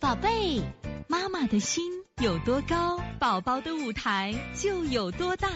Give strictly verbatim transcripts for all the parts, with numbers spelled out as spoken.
宝贝，妈妈的心有多高，宝宝的舞台就有多大。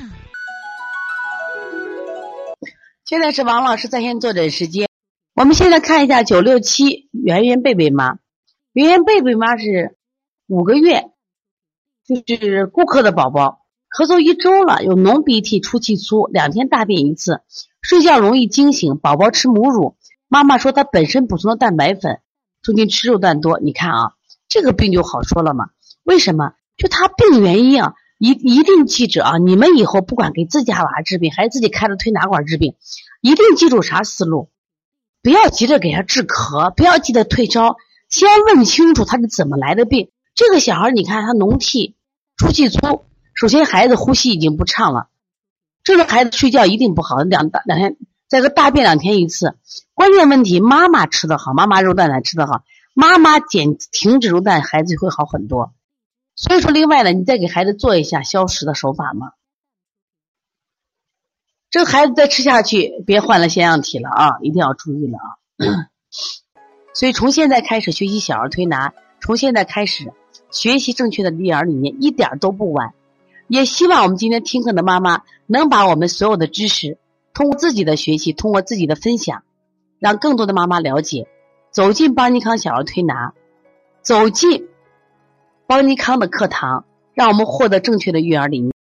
现在是王老师在线坐诊时间，我们现在看一下九六七圆圆贝贝妈。圆圆贝贝妈是五个月，就是顾客的宝宝，咳嗽一周了，有浓鼻涕、出气粗，两天大便一次，睡觉容易惊醒，宝宝吃母乳，妈妈说她本身补充的蛋白粉，最近吃肉蛋多。你看啊，这个病就好说了嘛。为什么？就他病原因啊，一一定记着啊，你们以后不管给自家娃治病，还是自己开了推拿馆治病，一定记住啥思路，不要急着给他治咳，不要急着退烧，先问清楚他是怎么来的病。这个小孩你看他脓气、出气粗，首先孩子呼吸已经不畅了，这个孩子睡觉一定不好，两两天再个大便两天一次。关键问题，妈妈吃得好，妈妈肉蛋奶吃得好，妈妈减停止肉蛋，孩子会好很多。所以说另外呢，你再给孩子做一下消食的手法嘛。这个孩子再吃下去别患了腺样体了啊，一定要注意了啊。所以从现在开始学习小儿推拿，从现在开始学习正确的育儿理念，一点都不晚。也希望我们今天听课的妈妈能把我们所有的知识通过自己的学习，通过自己的分享，让更多的妈妈了解，走进邦尼康小儿推拿，走进邦尼康的课堂，让我们获得正确的育儿理念。